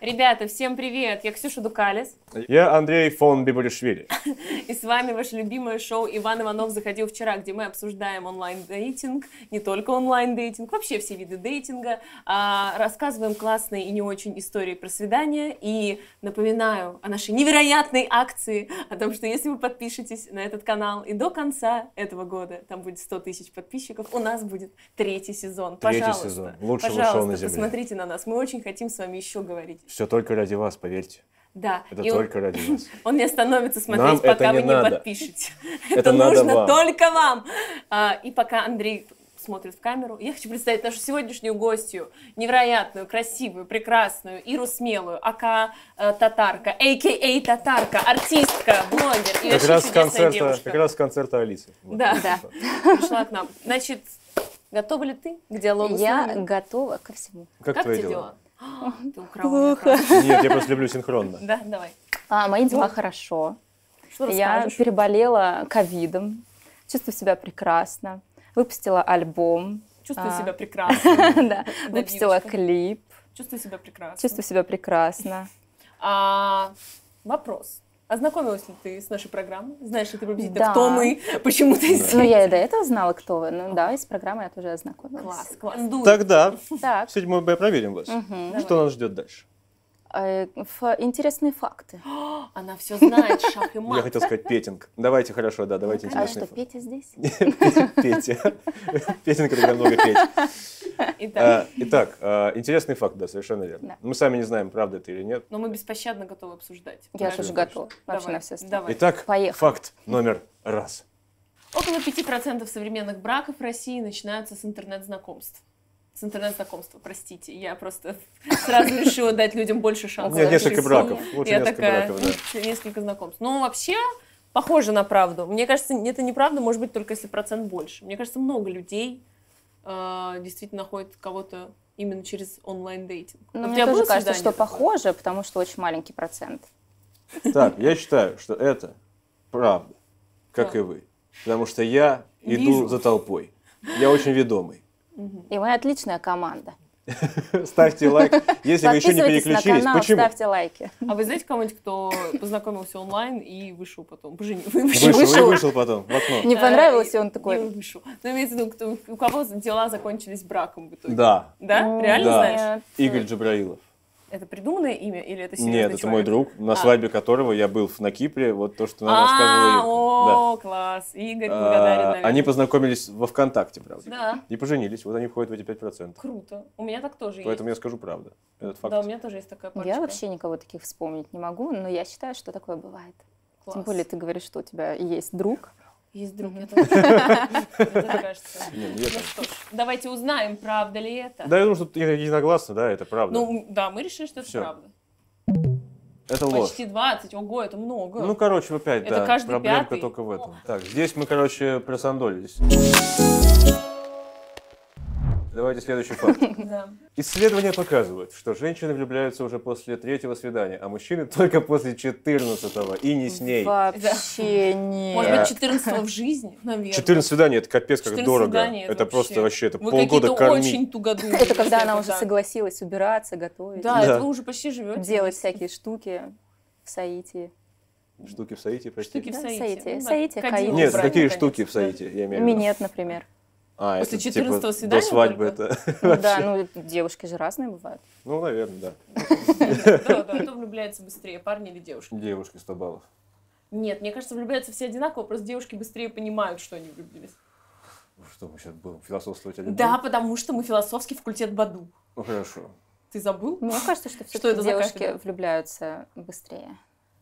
Ребята, всем привет! Я Ксюша Дукалис. Я Андрей фон Бибаришвили. И с вами ваше любимое шоу «Иван Иванов заходил вчера», где мы обсуждаем онлайн-дейтинг, не только онлайн-дейтинг, вообще все виды дейтинга, рассказываем классные и не очень истории про свидания. И напоминаю о нашей невероятной акции, о том, что если вы подпишетесь на этот канал и до конца этого года, там будет 100 тысяч подписчиков, у нас будет третий сезон. Пожалуйста, сезон лучшего шоу на земле. Посмотрите на нас, мы очень хотим с вами еще говорить. Все только ради вас, поверьте. Да. Это только ради вас. Он не остановится смотреть, Нам пока вы не не надо. подпишете. Это нужно надо вам. только вам. И пока Андрей смотрит в камеру, я хочу представить нашу сегодняшнюю гостью, невероятную, красивую, прекрасную, Иру Смелую, АК Татарка, а.к.а. Татарка, артистка, блогер и вообще чудесная девушка. Как раз с концерта Алисы. Да. Пришла к нам. Значит, готова ли ты к диалогу с Я нами? готова ко всему. Как твои тебе дела? Ты украл меня, правда? Нет, я просто люблю синхронно. Да, давай. Мои дела хорошо. Что Я расскажешь? переболела ковидом, чувствую себя прекрасно. Выпустила альбом. Чувствую себя прекрасно. Да, выпустила Дивочка. клип. Чувствую себя прекрасно. Чувствую себя прекрасно. Вопрос. Ознакомилась ли ты с нашей программой? Знаешь ли ты приблизительно, Да. кто мы, почему ты здесь? Ну, я и до этого знала, кто вы. Ну да, и с программой я тоже ознакомилась. Класс, класс. Дуй. Тогда Так, в 7 Б проверим вас. Что нас ждет дальше? интересные факты. Она все знает, шах и Я мат. хотел сказать петинг. Давайте, хорошо, да, давайте А интересный что, Петя здесь? Петя. Петинг, когда много петь. Итак, Итак, интересный факт, да, совершенно верно. Да. Мы сами не знаем, правда это или нет. но мы беспощадно готовы обсуждать. Я Правильно? тоже готова. Вообще Давай, на все сто. давай. Итак, Поехали. факт номер раз. Около 5% современных браков в России начинаются с интернет-знакомств. С интернет-знакомства, простите. Я просто сразу решила дать людям больше шансов. Нет, несколько Прийти. браков. Лучше Я несколько такая, браков, да. несколько знакомств. Ну, вообще, похоже на правду. Мне кажется, это неправда, может быть, только если процент больше. Мне кажется, много людей действительно находят кого-то именно через онлайн-дейтинг. Но Вот у мне тебя тоже было кажется, свидание что такое? похоже, потому что очень маленький процент. Так, я считаю, что это правда, как Да. и вы. Потому что я иду Вижу. за толпой. Я очень ведомый. И мы отличная команда. Ставьте лайк, если вы еще не Подписывайтесь на переключились. канал, Почему? ставьте лайки. А вы знаете кого-нибудь, кто познакомился онлайн и вышел потом? Вышел потом в окно. Не понравилось, и он Не такой... вышел. Ну, имеется в виду, у кого дела закончились браком в итоге. Да. Да? Реально Да. знаешь? Игорь Джабраилов. Это придуманное имя или это серьезный Нет, это мой человек? друг, на свадьбе которого я был на Кипре. Вот то, что нам рассказывала Ирка. О, класс. Игорь, благодарен, наверное. Они познакомились во ВКонтакте, правда. Да. И поженились. Вот они входят в эти 5%. Круто. У меня так тоже Поэтому я есть. скажу правду. Этот факт. Да, у меня тоже есть такая парочка. Я вообще никого таких вспомнить не могу, но я считаю, что такое бывает. Класс. Тем более ты говоришь, что у тебя есть друг. Есть друг, мне тоже кажется. Не, Ну что ж, давайте узнаем, правда ли это. Да, я думаю, что единогласно, да, это правда. Ну, да, мы решили, что это Всё. правда. Это ложь. Почти 20, ого, это много. Ну, короче, опять, Это да, каждый проблемка пятый. только в этом. Так, здесь мы, короче, просандолились. Давайте следующий факт. Да. Исследования показывают, что женщины влюбляются уже после 3-го свидания, а мужчины только после 14-го, и не с ней. Вообще нет. Может быть, 14 в жизни, наверное. 14 свиданий, это капец как 14 дорого. свиданий, Это просто вообще, это Вы полгода какие-то кормить. очень тугодумы. Это когда она если уже так. согласилась убираться, готовить, Да, Да. это вы уже почти живете. делать всякие штуки в Саите. Штуки в Саите, прости. Штуки в Да, Саите. Саите. Ну, да, Саите, кадилы Каил. Нет, брать, какие наконец. штуки в Саите, я имею в виду. Минет, например. А, После это 14-го типа свидания до свадьбы только? это... Да, ну девушки же разные бывают. Ну, наверное, да. Да, кто влюбляется быстрее, парни или девушки? Девушки 100 баллов. Нет, мне кажется, влюбляются все одинаково, просто девушки быстрее понимают, что они влюбились. Что мы сейчас будем философствовать о любви? Да, потому что мы философский факультет БАДУ. Ну, хорошо. Ты забыл? Мне кажется, что это все-таки за девушки кафедра? влюбляются быстрее.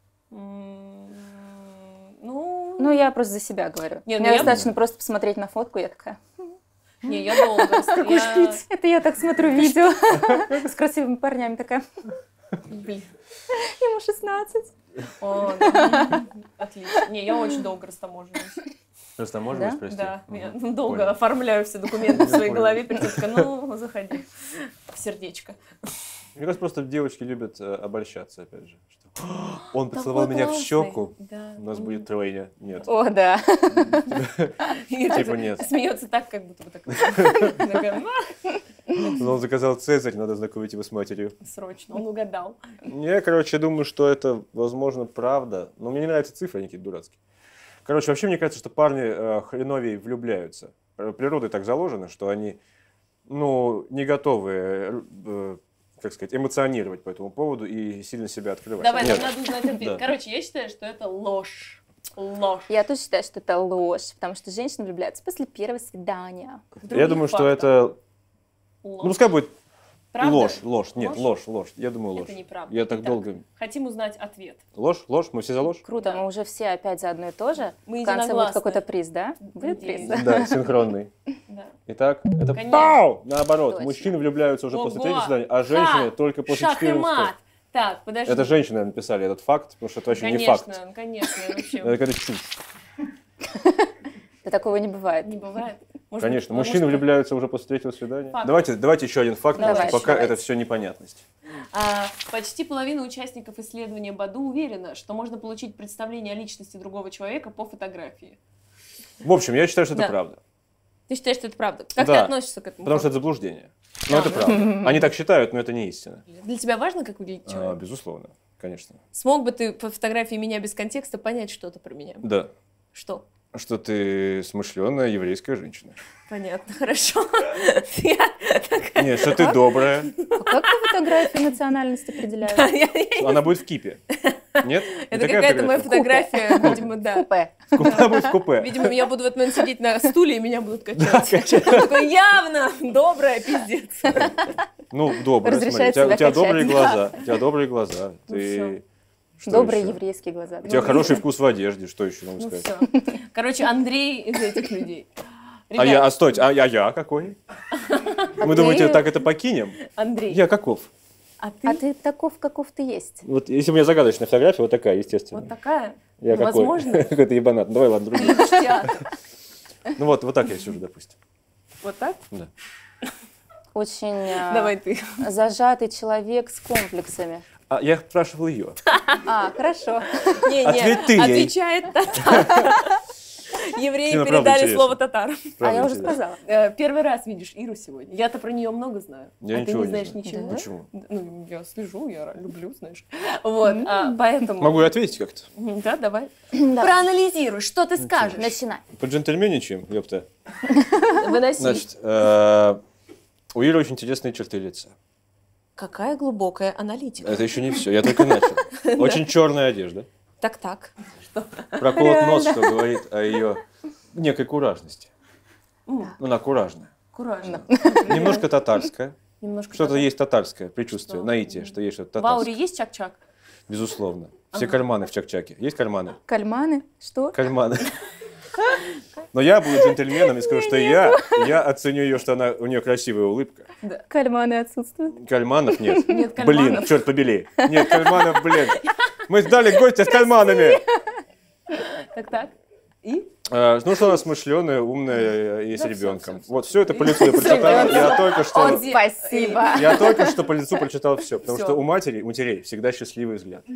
Ну, Ну, я просто за себя говорю. Не, ну Мне я- достаточно просто посмотреть на фотку, я такая, не, я долго. какой шпиц. Это я так смотрю видео с красивыми парнями, такая, Блин. ему 16. О, да. Отлично. Не, я очень долго растаможиваюсь. Просто можно Да? спросить? Да, Мгм. я долго Понял. оформляю все документы в своей Понял. голове, перед тем, как, ну, заходи. Сердечко. Мне кажется, просто девочки любят обольщаться, опять же. Что, он поцеловал Такой меня в классный. щеку, Да. у нас будет тройня. Нет. О, да. Типа нет. Смеется так, как будто бы так. Такая, Но он заказал Цезарь, надо знакомить его с матерью. срочно, он угадал. Я, короче, думаю, что это, возможно, правда. Но мне не нравятся цифры, они какие-то дурацкие. Короче, вообще мне кажется, что парни хреновее влюбляются. Природой так заложено, что они, ну, не готовы, как сказать, эмоционировать по этому поводу и сильно себя открывать. Давай, Нет. нам надо узнать ответ. Да. Короче, я считаю, что это ложь. Ложь. Я тоже считаю, что это ложь, потому что женщины влюбляются после первого свидания. Я Других думаю, что фактов. это, Ложь. ну, пускай будет Правда? ложь. Нет, ложь. Я думаю, ложь. Это неправда. Я так Итак, долго... Хотим узнать ответ. Ложь? Мы все за ложь? Круто, Да. мы уже все опять за одно и то же. Мы В конце будет единогласны. какой-то приз, да? Будет Надеюсь. приз, да? Да, синхронный. Да. Итак, это Конечно. пау! Наоборот, Точно. мужчины влюбляются уже после Ого! третьего свидания, а женщины Ха! только после Шах и 14. мат. Так, подожди. Это женщины написали этот факт, потому что это вообще не Конечно, факт. конечно, вообще. Это какая-то чушь. Да такого не бывает. Не бывает. Может Конечно, быть, мужчины потому что, влюбляются уже после третьего свидания. Факт. Давайте еще один факт, потому что Давайте, пока давайте. это все непонятность. почти половина участников исследования Баду уверена, что можно получить представление о личности другого человека по фотографии. В общем, я считаю, что это Да. правда. Ты считаешь, что это правда? Как ты Да. относишься к этому? Потому что это факту? заблуждение. Но это правда. Они так считают, но это не истина. Для тебя важно, как выглядит человек? Безусловно, конечно. Смог бы ты по фотографии меня без контекста понять что-то про меня? Да. Что? Что ты смышленая еврейская женщина. Понятно, хорошо. Я такая- Нет, что ты добрая. А как по фотографии национальность определяют? Она будет в кипе. Нет? Не Это такая какая-то моя фотография? фотография, видимо, да. Купе. Она будет в купе. Видимо, я буду в этот момент сидеть на стуле, и меня будут качать. Он такой, явно добрая, пиздец. Ну, добрая, смотри. Разрешает У тебя себя добрые качать. глаза. У тебя добрые глаза. Ну Ты... что Добрые еще? еврейские глаза. У тебя хороший вкус в одежде. Что еще могу Ну сказать? все. Короче, Андрей из этих людей. Стойте, я какой? Мы думаете, так это покинем? Андрей, Я каков? а А ты ты таков, каков ты есть. Вот если у меня загадочная фотография, вот такая, естественно. вот такая? Я Ну, какой? возможно. Какой-то ебанат. Давай, ладно, другой. Идешь в театр. Ну вот так я сижу, допустим. Вот так? Да. Очень Давай ты. зажатый человек с комплексами. А я спрашивал ее. Хорошо. Не-не, Ответь ты ей. отвечает татар. Евреи Тина, правда передали интересно. слово татарам. Правда Я уже интересно. сказала. Первый раз видишь Иру сегодня. Я-то про нее много знаю. Я А ты ничего не не знаешь знаю. ничего? Почему? Ну, я слежу, я люблю, знаешь. Вот, поэтому... Могу я ответить как-то? Да, давай. Да. Проанализируй, что ты скажешь. Начинай. По-джентльменичьим, ёпта. Выноси. Значит, у Иры очень интересные черты лица. Какая глубокая аналитика. Это еще не все, я только начал. Очень черная одежда. Так. Проколот нос, что говорит о ее некой куражности. Ну, она куражная. Куражно. Немножко татарская. Немножко Что-то так. есть татарское предчувствие, Что? наитие, что есть что-то В ауре татарское. есть чак-чак? Безусловно. Все карманы в чак-чаке. Есть карманы? Кальманы? Что? Кальманы. Но я буду джентльменом и скажу, что я оценю ее, что у нее красивая улыбка. Кальманы отсутствуют. Кальманов нет. Нет Блин, кальманов. черт побери. Нет кальманов, блин. Мы ждали гостя с кальманами. Так. И? Ну, что она смышленая, умная и с Да, ребенком. всё. Вот, все это по лицу я прочитал. Я только что... Он Спасибо. Я только что по лицу прочитал все, потому Всё. что у матерей всегда счастливый взгляд.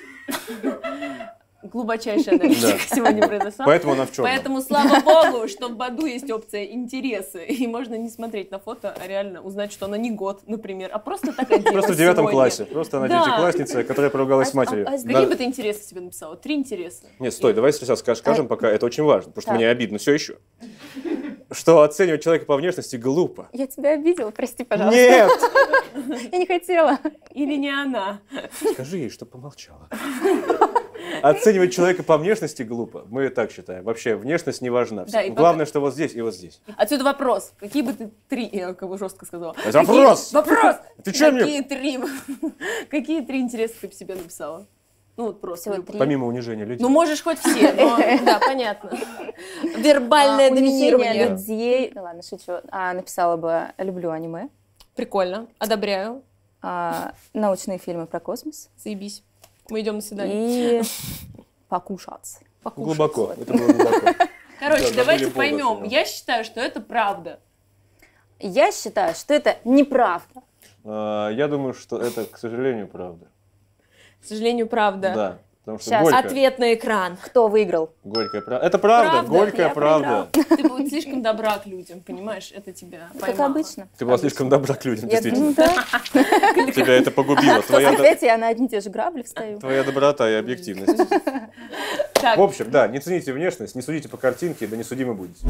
Глубочайшая аналитика сегодня произошла. Поэтому она в черном. Поэтому слава богу, что в Баду есть опция интересы. И можно не смотреть на фото, а реально узнать, что она не год, например, а просто так оделась Просто в 9 сегодня. классе. Просто она Да. девятиклассница, которая поругалась с матерью. Какие бы ты интересы себе написала? 3 интереса. Нет, стой, давай сейчас скажем, пока это очень важно, потому что Так. мне обидно все еще. Что оценивать человека по внешности глупо. Я тебя обидела, прости, пожалуйста. Нет! Я не хотела. Или не она? Скажи ей, что помолчала. Оценивать человека по внешности глупо. Мы так считаем. Вообще, внешность не важна. Да, и Главное, что вот здесь и вот здесь. Отсюда вопрос. Какие бы ты 3... Я как бы жестко сказала. Это вопрос! Вопрос! Ты чё мне? Какие 3 интереса ты бы себе написала? Ну вот просто. Всего любые. 3. Помимо унижения людей. Ну можешь хоть все, но... Да, понятно. Вербальное Унижение доминирование. людей. Ну ладно, шучу. Написала бы «Люблю аниме», Прикольно. Одобряю. научные фильмы про космос Заебись. Мы идем на свидание. и покушаться. Покушать. Глубоко. Это было глубоко. Короче, Да, давайте забыли Бога поймем. своего. Я считаю, что это правда. Я считаю, что это неправда. Я думаю, что это, к сожалению, правда. К сожалению, правда. Да, потому что Щас, горько. Ответ на экран. Кто выиграл? Горькая правда. Это правда, Правда, горькая я правда. Ты была слишком добра к людям, понимаешь? Это тебя Как поймало. обычно. Ты была слишком добра к людям, Я, действительно. да. Тебя это погубило. Опять я на одни и те же грабли встаю. Твоя доброта и объективность. Так, В общем, да, не цените внешность, не судите по картинке, да не судимы будете.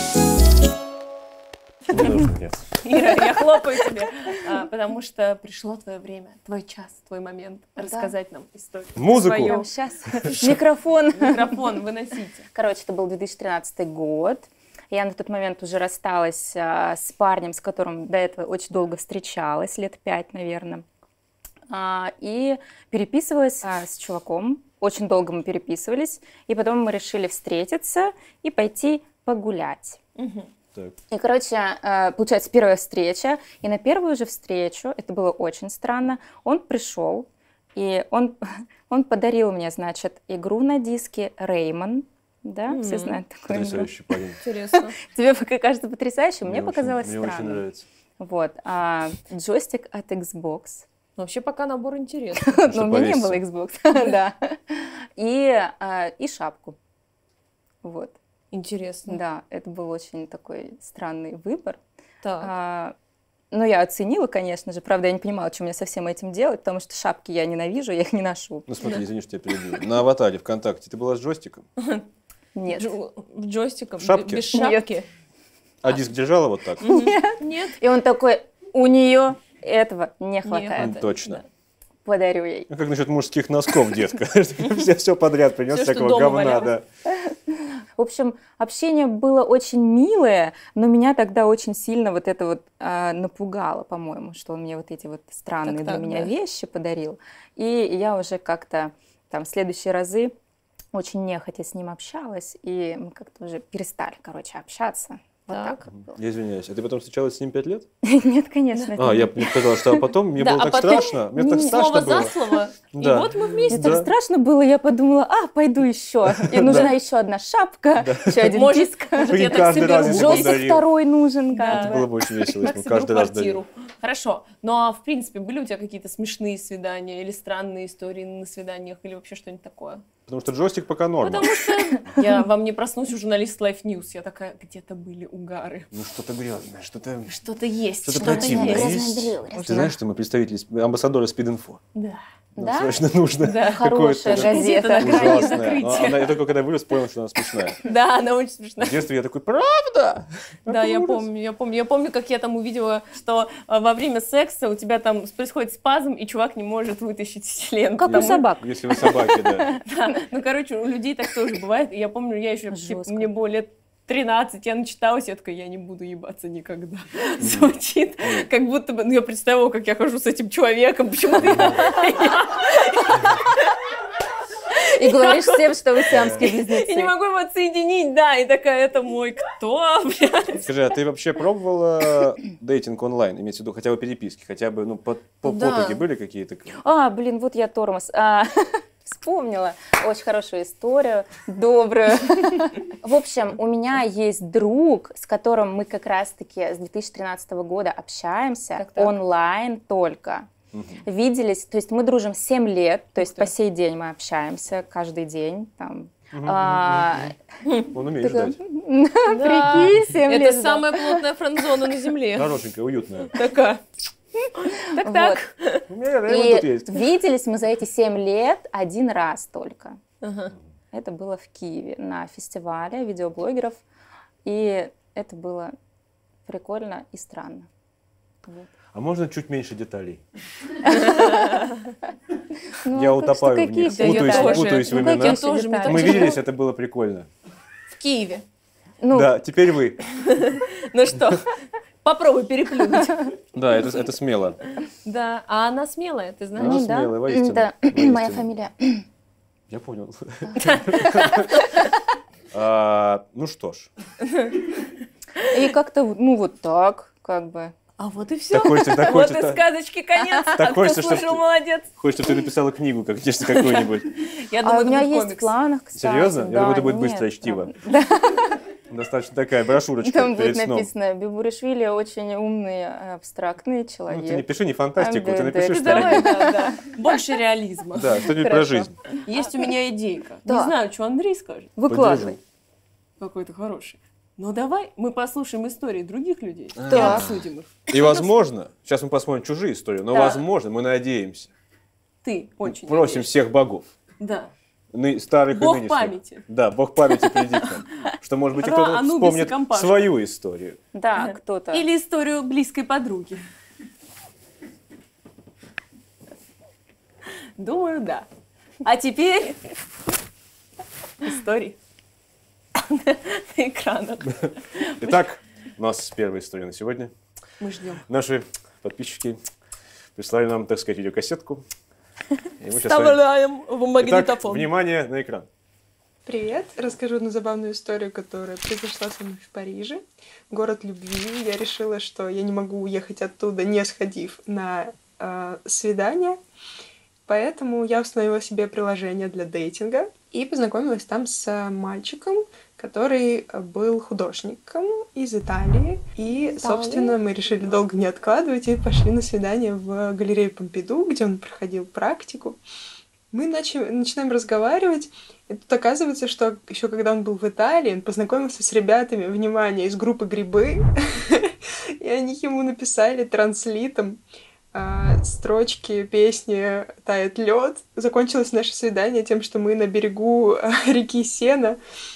Не нужно, нет. Ира, я хлопаю тебе, потому что пришло твое время, твой час, твой момент рассказать нам историю. Музыку. Свою. Прямо сейчас. Микрофон. Микрофон выносите. Короче, это был 2013 год. Я на тот момент уже рассталась с парнем, с которым до этого очень долго встречалась, лет 5, наверное. И переписывалась с чуваком. Очень долго мы переписывались. И потом мы решили встретиться и пойти погулять. Так. И, короче, получается, первая встреча. И на первую же встречу, это было очень странно, он пришел, и он подарил мне, значит, игру на диске Rayman. Да, все знают такую игру. Потрясающий парень. Интересно. Тебе пока кажется потрясающим, мне очень- показалось Мне очень странным. нравится. Вот. Джойстик от Xbox. Вообще пока набор интересный. Но у меня не повеситься. было Xbox. Да. И шапку. Вот. Интересно. Да, это был очень такой странный выбор. Так. Ну, я оценила, конечно же. Правда, я не понимала, что мне со всем этим делать, потому что шапки я ненавижу, я их не ношу. Ну смотри, извини, что я перебил. На аватаре ВКонтакте ты была с джойстиком, Нет. Джойстиком? В шапке? Без шапки? а диск держала вот так? Нет. И он такой, у нее этого не хватает. Точно. Подарю ей. Ну как насчет мужских носков, детка? Все подряд принес, Всё, что всякого дома говна, валялось. да. В общем, общение было очень милое, но меня тогда очень сильно вот это вот напугало, по-моему, что он мне вот эти вот странные для Так, меня да. вещи подарил. И я уже как-то там в следующие разы очень нехотя с ним общалась, и мы как-то уже перестали, короче, общаться. Вот Так. так было. Я извиняюсь, а ты потом встречалась с ним 5 лет? Нет, конечно. это не- Мне показалось, что потом мне Да, было а так потом страшно. Мне так страшно Слово было. за слово. И Да. вот мы вместе. Мне так Да. страшно было, я подумала, пойду еще. И нужна еще одна шапка, еще один Может, диск. может, я И так каждый раз соберу. ему Джойстик подарил. второй нужен, Да. как Это бы. было бы очень весело, Так если бы соберу каждый раз квартиру. дарил. Хорошо. Ну а в принципе, были у тебя какие-то смешные свидания или странные истории на свиданиях или вообще что-нибудь такое? Потому что джойстик пока норма. Потому что я вам не проснусь у журналиста Life News. Я такая, где-то были угары. Ну что-то грязное, что-то... Что-то есть. Что-то что-то противное есть. есть. Ты знаешь, что мы представители, амбассадоры Speed.info? Да. Нам Да? срочно нужно Да. Хорошая какое-то газета. на грани ужасное. закрытия. Я только когда вырос, понял, что она смешная. Да, она очень смешная. В детстве я такой, правда? Да, я Какой ужас. помню, как я там увидела, что во время секса у тебя там происходит спазм, и чувак не может вытащить член. Как у потому- собак. Если вы собаки, да. Да. Ну, короче, у людей так тоже бывает. И я помню, я еще, Жестко. мне было лет 13, я начиталась, я такая, я не буду ебаться никогда. Звучит, как будто бы, ну, я представила, как я хожу с этим человеком, почему-то И говоришь всем, что вы сиамские я не близнецы. могу его отсоединить, да, и такая, это мой кто, блядь? Скажи, а ты вообще пробовала дейтинг онлайн? Имеется в виду хотя бы переписки, хотя бы, ну, Да. потуги были какие-то? Блин, вот я тормоз. Вспомнила очень хорошую историю, добрую. В общем, у меня есть друг, с которым мы как раз-таки с 2013 года общаемся Так-так. онлайн только. Виделись, то есть мы дружим 7 лет, то есть ты. по сей день мы общаемся каждый день. Там. Он умеет Такая, ждать. Прикинь, 7 лет. Это ждал. самая плотная френдзона на земле. Хорошенькая, уютная. Такая. Так-так. У меня тут И есть. виделись мы за эти 7 лет один раз только. Ага. Это было в Киеве на фестивале видеоблогеров. И это было прикольно и странно. Вот. А можно чуть меньше деталей? Ну, Я а утопаю что, в них, какие путаюсь- детали? путаюсь в Ну, именах. какие Я тоже, мне детали? так Мы тяжело. виделись, это было прикольно. В Киеве. Ну, Да, теперь вы. Ну что, попробуй переплюнуть. Да, это смело. Да, а она смелая, ты знаешь? Она ну да. смелая, воистину, Да, воистину. моя фамилия. Я понял. Ну что ж. И как-то, ну вот так, как бы. А вот и все. Так хочется, так Вот и хочется. сказочки конец. А кто хочется, слушал, чтоб- молодец. Хочешь, чтобы ты написала книгу, как конечно, какую-нибудь. Я А думаю, у это меня будет есть в комикс. планах, кстати. Серьезно? Я думаю, это будет нет, быстрое чтиво. правда. Достаточно такая брошюрочка Там перед будет сном. написано: Бибуришвили очень умный, абстрактный Ну, ты не человек. пиши не фантастику, ты Да, напиши да, Ты что-нибудь. давай, да. Больше реализма. Да, что-нибудь про Хорошо. жизнь. Есть у меня идейка. Не Да. знаю, что Андрей скажет. Выкладывай. Какой-то хороший. Но давай мы послушаем истории других людей и Так. обсудим их. И возможно, сейчас мы посмотрим чужие истории, но Да. возможно, мы надеемся, Ты очень просим надеешься. всех богов, Да. старых Бог и нынешних. памяти. Да, бог памяти приди к нам. Что, может быть, и Ра, кто-то Анубис и вспомнит компашка. свою историю. Да, кто-то. Или историю близкой подруги. Думаю, да. А теперь истории на экранах. Итак, у нас первая история на сегодня. Мы ждем. Наши подписчики прислали нам, так сказать, видеокассетку. И мы сейчас Вставляем в Итак, магнитофон. внимание на экран. Привет! Расскажу одну забавную историю, которая произошла со мной в Париже. Город любви. Я решила, что я не могу уехать оттуда, не сходив на свидание. Поэтому я установила себе приложение для дейтинга и познакомилась там с мальчиком, который был художником из Италии. И, собственно, мы решили долго не откладывать и пошли на свидание в галерею Помпиду, где он проходил практику. Мы начинаем разговаривать, и тут оказывается, что еще когда он был в Италии, он познакомился с ребятами, внимание, из группы «Грибы», и они ему написали транслитом строчки песни «Тает лед». Закончилось наше свидание тем, что мы на берегу реки Сена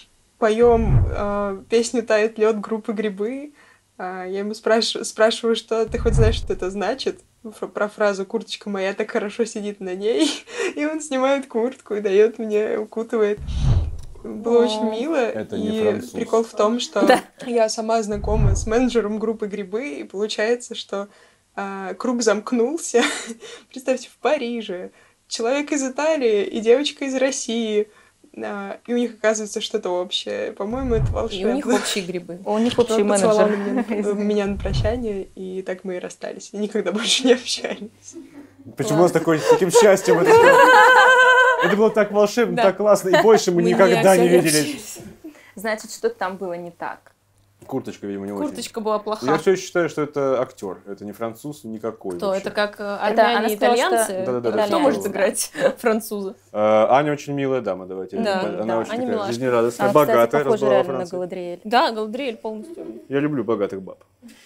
поем песню «Тает лед» группы «Грибы». Я ему спрашиваю, что ты хоть знаешь, что это значит? Про фразу «курточка моя так хорошо сидит на ней». И он снимает куртку и дает мне, укутывает. Было очень мило. Это не и француз. прикол в том, что я сама знакома с менеджером группы «Грибы», и получается, что круг замкнулся. Представьте, в Париже человек из Италии и девочка из России. И у них оказывается что-то общее. По-моему, это волшебно. И у них общие грибы. У них общий Он поцеловал менеджер. меня на прощание, и так мы и расстались. И никогда больше не общались. Почему с таким счастьем это было? Это было так волшебно, Да. так классно, и больше мы никогда не виделись. Значит, что-то там было не так. Курточка, видимо, не очень. Курточка была Я плоха. все еще считаю, что это актер, это не француз никакой. Кто? вообще. Это как она армяне и сказала, итальянцы? что- Да-да-да, Кто итальянцы. может играть француза? Аня очень милая дама, давайте. Да, Она да, очень Аня такая милашка. жизнерадостная, Она, кстати, богатая, похожа разбавила реально на Францию. Галадриэль. Да, Галадриэль полностью. Я люблю богатых баб.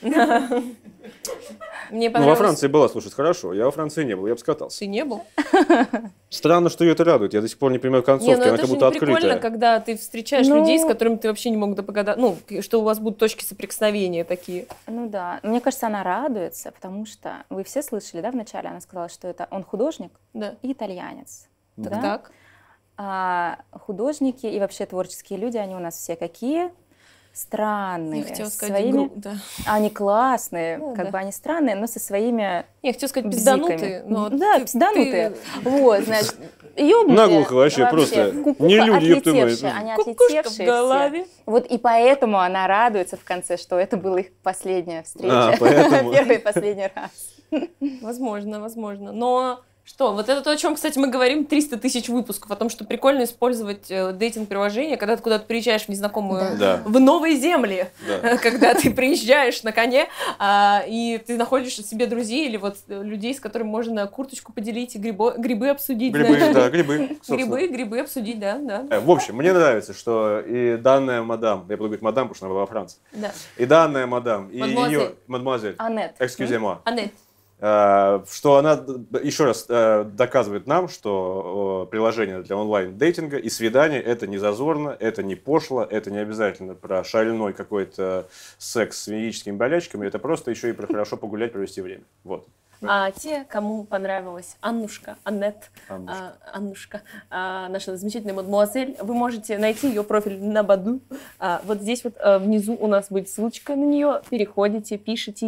Мне Ну, во понравилось. Франции была, слушай, хорошо. Я во Франции не был, я бы скатался. Ты не был? Странно, что ее это радует. Я до сих пор не понимаю Не, концовки, ну она это как же будто не прикольно, открытая. когда ты встречаешь Ну- людей, с которыми ты вообще не мог догадаться, ну, что у вас будут точки соприкосновения такие. Ну да. Мне кажется, она радуется, потому что вы все слышали, да, вначале она сказала, что это он художник Да. и итальянец. Да? Так. А художники и вообще творческие люди, они у нас все какие? Странные. Я хотела сказать, своими... да. Они классные, Ну, как да. бы они странные, но со своими Я хотела сказать бзиками. пизданутые, но Да, ты- пизданутые. ты- Вот, значит, ёбнутые. Наглухо вообще просто. Кукуха Не люди, ёб твою мать. отлетевшие, они Кукушка отлетевшие в голове. все. Вот и поэтому она радуется в конце, что это была их последняя встреча. Поэтому. Первый и последний раз. Возможно, возможно. Но что, вот это то, о чем, кстати, мы говорим 300 тысяч выпусков, о том, что прикольно использовать дейтинг-приложение, когда ты куда-то приезжаешь в незнакомую, Да. в новые земли, Да. когда ты приезжаешь на коне, и ты находишь себе друзей или вот людей, с которыми можно курточку поделить и грибы обсудить. Грибы, знаешь. да, грибы. собственно. Грибы обсудить, да, да. В общем, мне нравится, что и данная мадам, я буду говорить мадам, потому что она была во Франции, Да. и данная мадам, и Мадемуазель. ее, мадемуазель, Аннет. excusez-moi, Анет, что она еще раз доказывает нам, что приложение для онлайн-дейтинга и свидания это не зазорно, это не пошло, это не обязательно про шальной какой-то секс с венерическими болячками, это просто еще и про хорошо погулять, провести время. Вот. а те, кому понравилась Аннушка, Аннет, Аннушка. Аннушка, наша замечательная мадемуазель, вы можете найти ее профиль на Баду. Вот здесь вот внизу у нас будет ссылочка на нее. Переходите, пишите ей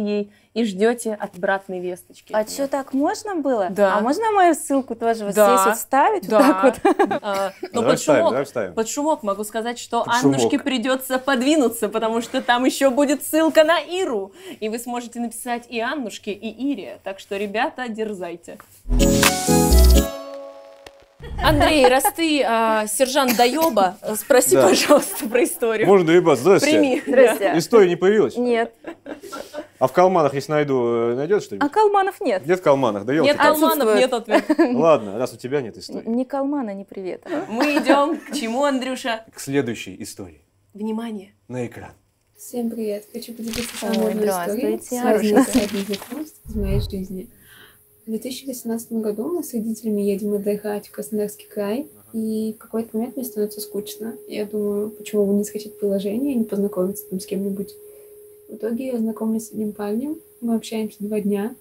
и ждете обратной весточки. А что, так можно было? Да. А можно мою ссылку тоже вот Да. здесь вот вставить? Да. Вот так вот? Но Давай под вставим. шумок, под шумок могу сказать, что Под шумок. Аннушке придется подвинуться, потому что там еще будет ссылка на Иру, и вы сможете написать и Аннушке, и Ире. Так что, ребята, дерзайте. Андрей, раз ты сержант Доеба, спроси, Да. пожалуйста, про историю. Можно доебаться. Здрасте. Прими. Здрасте. История не появилась? Нет. А в Калманах, если найду, найдет что-нибудь? А Калманов нет. Нет в Калманах, да Нет елки. Калманов, Отсутствует. нет ответа. Ладно, раз у тебя нет истории. Ни Калмана, ни привета. Мы идем к чему, Андрюша? К следующей истории. Внимание. На экран. Всем привет! Хочу поделиться с Ой, вами одной историей, здравствуйте, связанной с одним знакомством из моей жизни. В 2018 году мы с родителями едем отдыхать в Краснодарский край, и в какой-то момент мне становится скучно. Я думаю, почему бы не скачать приложение и не познакомиться там с кем-нибудь. В итоге я знакомлюсь с одним парнем, мы общаемся 2 дня,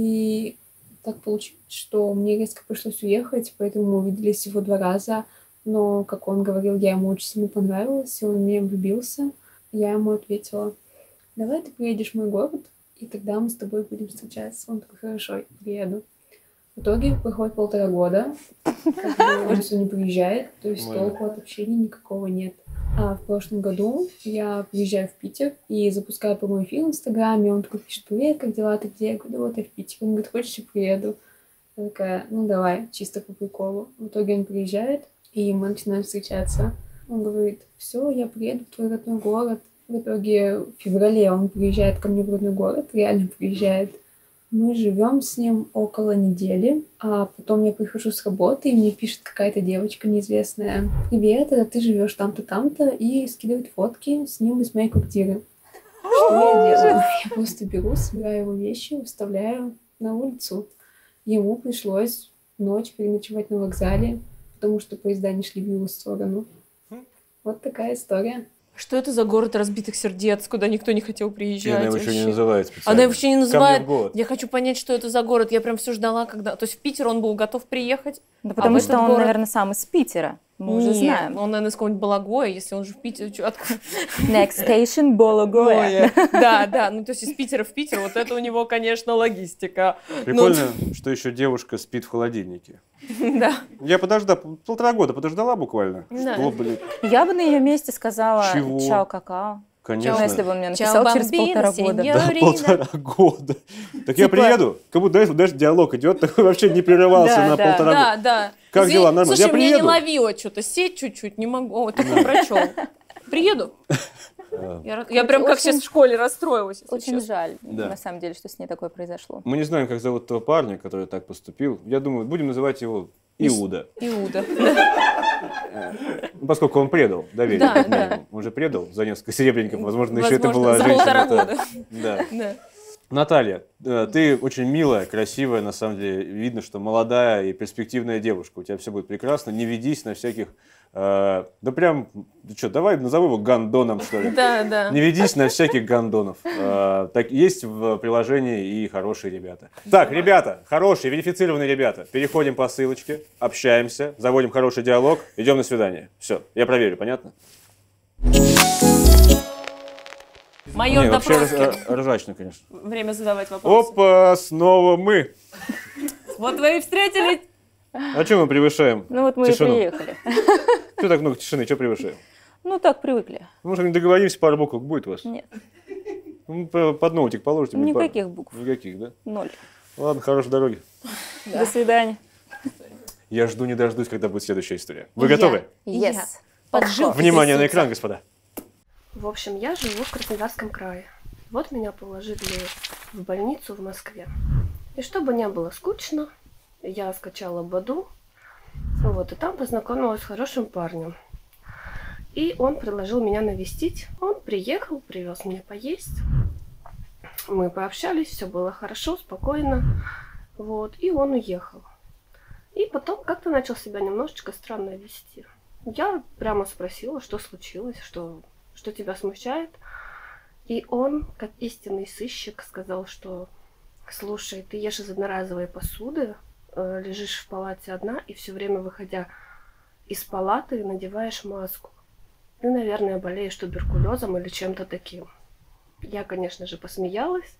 и так получилось, что мне резко пришлось уехать, поэтому мы увиделись всего 2 раза, но, как он говорил, я ему очень сильно понравилась, и он в меня влюбился. Я ему ответила: давай ты приедешь в мой город, и тогда мы с тобой будем встречаться. Он такой: хорошо, я приеду. В итоге проходит 1,5 года, как бы он все не приезжает, то есть толку от общения никакого нет. А в прошлом году я приезжаю в Питер и запускаю прямой эфир в Инстаграме, он такой пишет: привет, как дела, ты где? Я говорю: да вот я в Питере. Он говорит: хочешь, я приеду? Я такая: ну давай, чисто по приколу. В итоге он приезжает, и мы начинаем встречаться. Он говорит: все, я приеду в твой родной город. В итоге в феврале он приезжает ко мне в родной город, реально приезжает. Мы живем с ним около недели, а потом я прихожу с работы, и мне пишет какая-то девочка неизвестная: привет, это ты живешь там-то, там-то, и скидывает фотки с ним из моей квартиры. Что я делаю? Я просто беру, собираю его вещи, выставляю на улицу. Ему пришлось ночь переночевать на вокзале, потому что поезда не шли в его сторону. Вот такая история. Что это за город разбитых сердец, куда никто не хотел приезжать? Она его еще не вообще? называет специально. Она его вообще не Ко называет. мне в город. Я хочу понять, что это за город. Я прям все ждала, когда... То есть в Питер он был готов приехать. Да потому в что этот он, город- наверное, сам из Питера. Мы уже Нет, знаем. Он, наверное, из какого-нибудь Балагоя, если он же в Питере. Откуда? Next station, Bologoye. Да, да. Ну, то есть из Питера в Питер, вот это у него, конечно, логистика. Прикольно, что еще девушка спит в холодильнике. Да. Я подождала, 1,5 года подождала буквально. Да. Что, блин, Я бы на ее месте сказала Чего? чао, какао. конечно. Ну, если бы он мне Чао, написал через бомбино, 1,5 года. сеньор. Да, Говори, 1,5 года. Так я Типа- приеду, как будто даже диалог идет, такой вообще не прерывался Да, на да. 1,5 года. Да, да. Как Извини, дела? Нормально? Слушай, Я меня не приеду. ловила что-то, сеть чуть-чуть, не могу. О, такой прочел. Приеду. Я прям как очень- сейчас в школе расстроилась, если Очень честно. жаль, Да. на самом деле, что с ней такое произошло. Мы не знаем, как зовут того парня, который так поступил. Я думаю, будем называть его Иуда. Иуда. Ну, поскольку он предал доверие. Да, как да. минимум. Он же предал за несколько серебряников. Возможно, еще это Возможно, была за женщина. 1,5 года. Да. Да. Наталья, ты очень милая, красивая, на самом деле. Видно, что молодая и перспективная девушка. У тебя все будет прекрасно. Не ведись на всяких... да прям, ты что, давай назову его гандоном, что ли. Да, да. Не ведись на всяких гандонов. Так, есть в приложении и хорошие ребята. Так, ребята, хорошие, верифицированные ребята. Переходим по ссылочке, общаемся, заводим хороший диалог, идем на свидание. Все, я проверю, понятно? Майор Не, вообще Допроски. ржачно, конечно. Время задавать вопросы. Опа, снова мы. Вот вы и встретились. А что мы превышаем? Ну вот мы Тишину. и приехали. Что так много тишины, что превышаем? Ну так привыкли. Может, не договоримся, пару букв будет у вас? Нет, Ну, под ноутик положите мне пару. никаких букв. Никаких, да? 0. Ладно, хорошей дороги. До свидания. Я жду не дождусь, когда будет следующая история. Вы готовы? Yes. Поджил. Внимание на экран, господа. В общем, я живу в Краснодарском крае. Вот меня положили в больницу в Москве. И чтобы не было скучно, я скачала Баду, вот, и там познакомилась с хорошим парнем. И он предложил меня навестить. Он приехал, привез мне поесть. Мы пообщались, все было хорошо, спокойно. Вот, и он уехал. И потом как-то начал себя немножечко странно вести. Я прямо спросила, что случилось, что тебя смущает. И он, как истинный сыщик, сказал, что: слушай, ты ешь из одноразовой посуды, лежишь в палате одна и все время, выходя из палаты, надеваешь маску. Ты, наверное, болеешь туберкулезом или чем-то таким. Я, конечно же, посмеялась,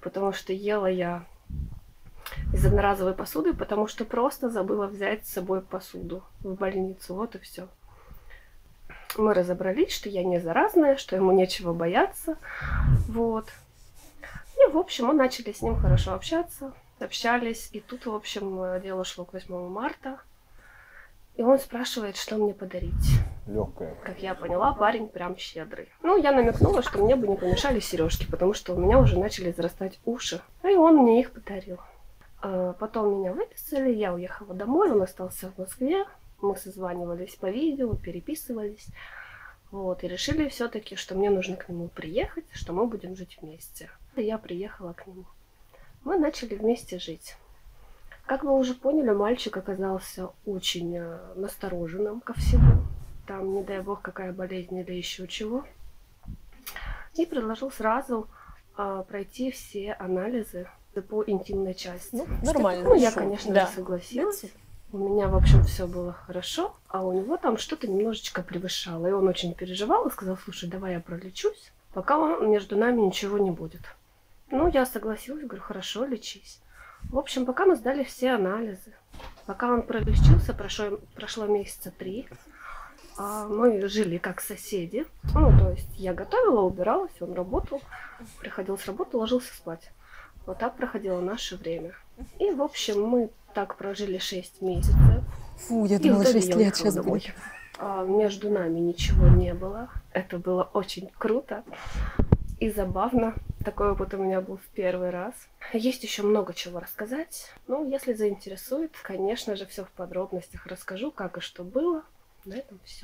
потому что ела я из одноразовой посуды, потому что просто забыла взять с собой посуду в больницу. Вот и все. Мы разобрались, что я не заразная, что ему нечего бояться. Вот. И, в общем, мы начали с ним хорошо общаться, общались. И тут, в общем, дело шло к 8 марта. И он спрашивает, что мне подарить. Легкая. Как я поняла, парень прям щедрый. Ну, я намекнула, что мне бы не помешали сережки, потому что у меня уже начали зарастать уши. И он мне их подарил. Потом меня выписали, я уехала домой, он остался в Москве. Мы созванивались по видео, переписывались. Вот, и решили все-таки, что мне нужно к нему приехать, что мы будем жить вместе. И я приехала к нему. Мы начали вместе жить. Как вы уже поняли, мальчик оказался очень настороженным ко всему. Там, не дай бог, какая болезнь или еще чего. И предложил сразу пройти все анализы по интимной части. Ну, нормально. Ну, я, конечно же, согласилась. У меня, в общем, все было хорошо, а у него там что-то немножечко превышало. И он очень переживал и сказал: слушай, давай я пролечусь, пока между нами ничего не будет. Ну, я согласилась, говорю, хорошо, лечись. В общем, пока мы сдали все анализы, пока он пролечился, прошло месяца 3, мы жили как соседи. Ну, то есть я готовила, убиралась, он работал, приходил с работы, ложился спать. Вот так проходило наше время. И, в общем, мы так прожили 6 месяцев. Фу, я думала, 6 лет сейчас будет. Между нами ничего не было. Это было очень круто и забавно. Такой опыт у меня был в первый раз. Есть еще много чего рассказать. Ну, если заинтересует, конечно же, все в подробностях расскажу, как и что было. На этом все.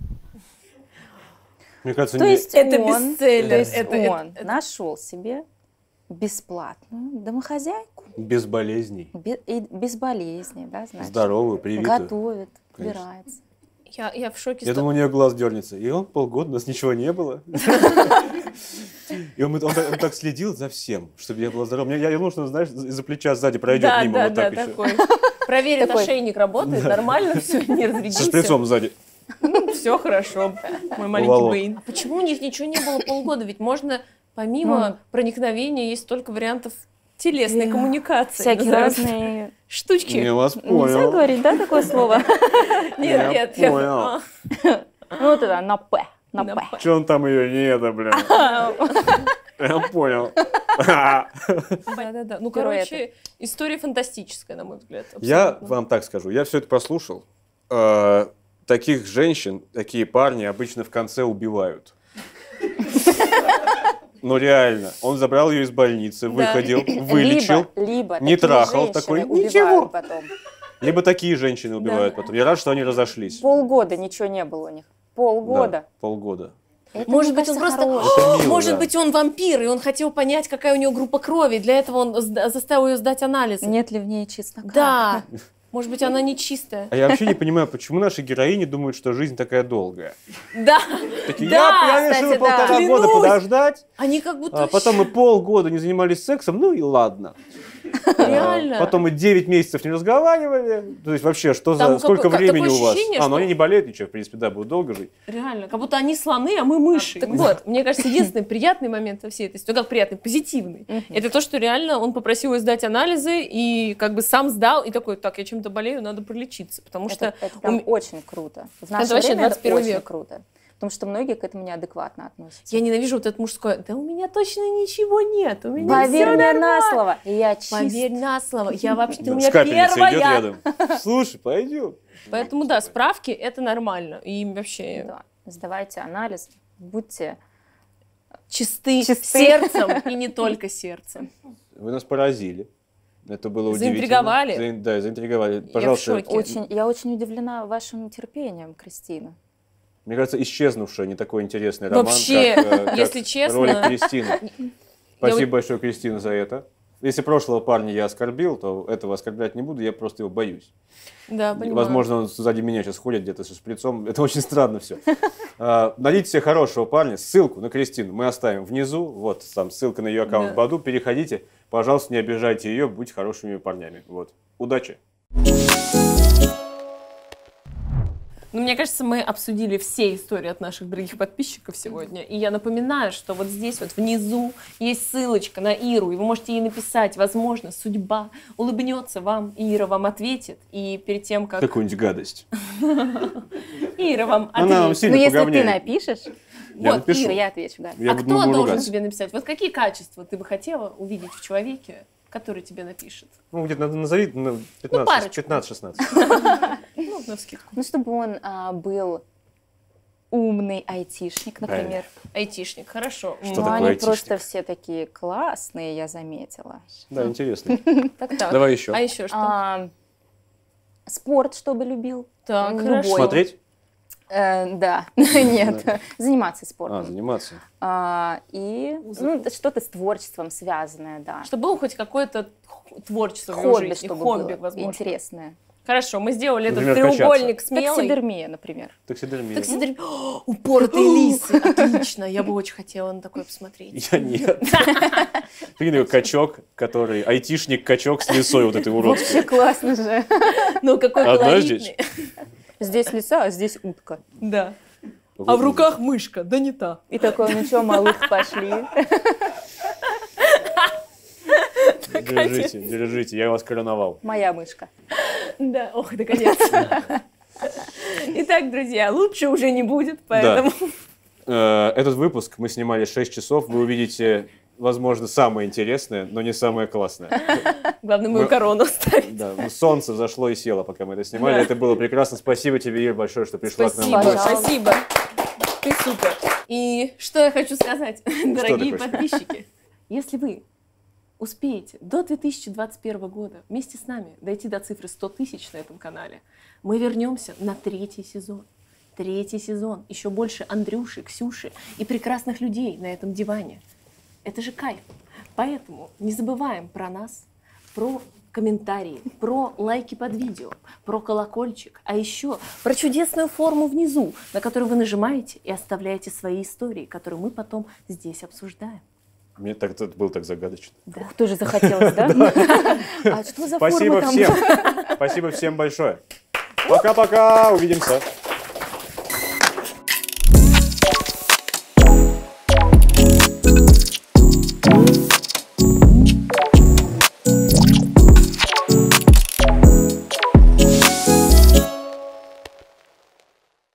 Мне кажется, То есть это он, бестселлер. то есть Это- он нашел себе бесплатную домохозяйку, без болезней, и без болезней, да, значит. здоровую, привитую. Готовит, Конечно. убирается. Я в шоке. Я думал, у нее глаз дернется. И он полгода, у нас ничего не было. И он так следил за всем, чтобы я была здорова. Я думал, что он, знаешь, из-за плеча сзади пройдет мимо вот так еще. такой. Проверит, Такой. ошейник работает, нормально, все, не Со разрядился. шприцом сзади. Все хорошо, мой маленький Волок. Бэйн. Почему у них ничего не было полгода? Ведь можно, помимо проникновения, есть столько вариантов телесной коммуникации. Всякие Назовем разные... штучки. Я вас Нельзя понял. говорить, да, такое слово? Нет, Я нет. понял. Ну, вот это, на «п», на На «п». Че он там ее не это, блин? Я понял. Да. Ну, короче, история фантастическая, на мой взгляд. Я абсолютно. вам так скажу, я все это прослушал. Таких женщин, такие парни обычно в конце убивают. Ну реально, он забрал ее из больницы, выходил, вылечил, Либо не такие трахал, женщины такой, убивают ничего. потом. либо такие женщины убивают потом. Я рад, что они разошлись. Полгода ничего не было у них. Полгода. Да, полгода. Это, Может мне быть, он кажется, просто... хорошее. Это мило, Может да. быть, он вампир, и он хотел понять, какая у него группа крови. Для этого он заставил ее сдать анализы. Нет ли в ней чеснока? Да. Может быть, она не чистая. А я вообще не понимаю, почему наши героини думают, что жизнь такая долгая. Да. Такие, Да, я решила кстати, да. 1,5 года Клянусь. подождать, Они как будто... а потом мы полгода не занимались сексом, ну и ладно. Реально. Потом мы 9 месяцев не разговаривали. То есть вообще, что Там за сколько такое времени у вас? ощущение, Ну что- они не болеют ничего, в принципе, да, будут долго жить. Реально. Как будто они слоны, а мы мыши. Так вот, мне кажется, единственный приятный момент во всей этой истории, ну как приятный, позитивный, это то, что реально он попросил ее сдать анализы и как бы сам сдал, и такой, так, я чем-то болею, надо пролечиться, потому что... Это прям очень круто. В наше вообще время это 21 очень век. круто. Потому что многие к этому неадекватно относятся. Я ненавижу вот это мужское, да у меня точно ничего нет, у меня Поверь всё мне на нормально». слово, я чист. Поверь на слово, я вообще, ты Да, у с меня капельницей идет первая. рядом. Слушай, пойдем. Поэтому да, справки это нормально. И вообще Да. Сдавайте анализ, будьте... чисты, Чисты. сердцем и не только сердцем. Вы нас поразили. Это было удивительно. Заинтриговали. Да, заинтриговали. в Пожалуйста, шоке. Я очень удивлена вашим терпением, Кристина. мне кажется, исчезнувший не такой интересный роман, Вообще, как если честно, ролик Кристины. я Спасибо вот- большое, Кристина, за это. Если прошлого парня я оскорбил, то этого оскорблять не буду, я просто его боюсь. Да, понимаю. Возможно, он сзади меня сейчас ходит где-то со шприцом. Это очень странно все. Найдите себе хорошего парня. Ссылку на Кристину мы оставим внизу. Вот там ссылка на ее аккаунт в Да. Баду. Переходите. Пожалуйста, не обижайте ее, будьте хорошими парнями. Вот. Удачи! Ну, мне кажется, мы обсудили все истории от наших дорогих подписчиков сегодня. И я напоминаю, что вот здесь вот внизу есть ссылочка на Иру, и вы можете ей написать, возможно, судьба улыбнется вам, и Ира вам ответит. И перед тем, как... Какую-нибудь гадость. Ира вам Она нам ответит. сильно Ну, если ты поговняет. напишешь, Я Вот, напишу. Ира, я отвечу, да. Я А буду кто должен ругаться. тебе написать? Вот какие качества ты бы хотела увидеть в человеке, который тебе напишет? Ну, где-то назови ну, парочку. 15-16. Ну, навскидку. Ну, чтобы он был умный айтишник, например. Айтишник, хорошо. Что Но такое они айтишник? просто все такие классные, я заметила. Да, интересно. Так. Давай еще. А еще что? Спорт, чтобы любил. Так, любой. хорошо. Смотреть? Да, нет, заниматься спортом. Заниматься. И ну, что-то с творчеством связанное, да. Чтобы было хоть какое-то творчество в его Хобби, жизни, чтобы хобби, было возможно. интересное. Хорошо, мы сделали этот Например, треугольник смелый. Таксидермия, например. Таксидермия. О, упоротые лисы, отлично, я бы очень хотела на такое посмотреть. Я нет. Прикинь, такой качок, который... Айтишник-качок с лисой вот этой уродской. Вообще классно же. Ну, какой Одна колоритный. здесь? Здесь лиса, а здесь утка. Да. А в руках мышка, да не та. И такой, ну что, малых, пошли. Держите, держите, я вас короновал. Моя мышка. Да, ох, наконец-то. Итак, друзья, лучше уже не будет, поэтому... Этот выпуск мы снимали 6 часов. Вы увидите, возможно, самое интересное, но не самое классное. Главное, мою Мы- корону ставить. Да, солнце взошло и село, пока мы это снимали. Да. Это было прекрасно. Спасибо тебе, Ир, большое, что пришла к нам. Спасибо, в гости. Пожалуйста. спасибо. Ты супер. И что я хочу сказать, дорогие хочешь? подписчики. Если вы успеете до 2021 года вместе с нами дойти до цифры 100 тысяч на этом канале, мы вернемся на 3-й сезон. 3-й сезон. Еще больше Андрюши, Ксюши и прекрасных людей на этом диване. Это же кайф. Поэтому не забываем про нас, про комментарии, про лайки под видео, про колокольчик, а еще про чудесную форму внизу, на которую вы нажимаете и оставляете свои истории, которые мы потом здесь обсуждаем. Мне так, это было так загадочно. Да. Ух, тоже захотелось, да? А что за Спасибо форма там? всем. Спасибо всем большое. Пока-пока. Увидимся.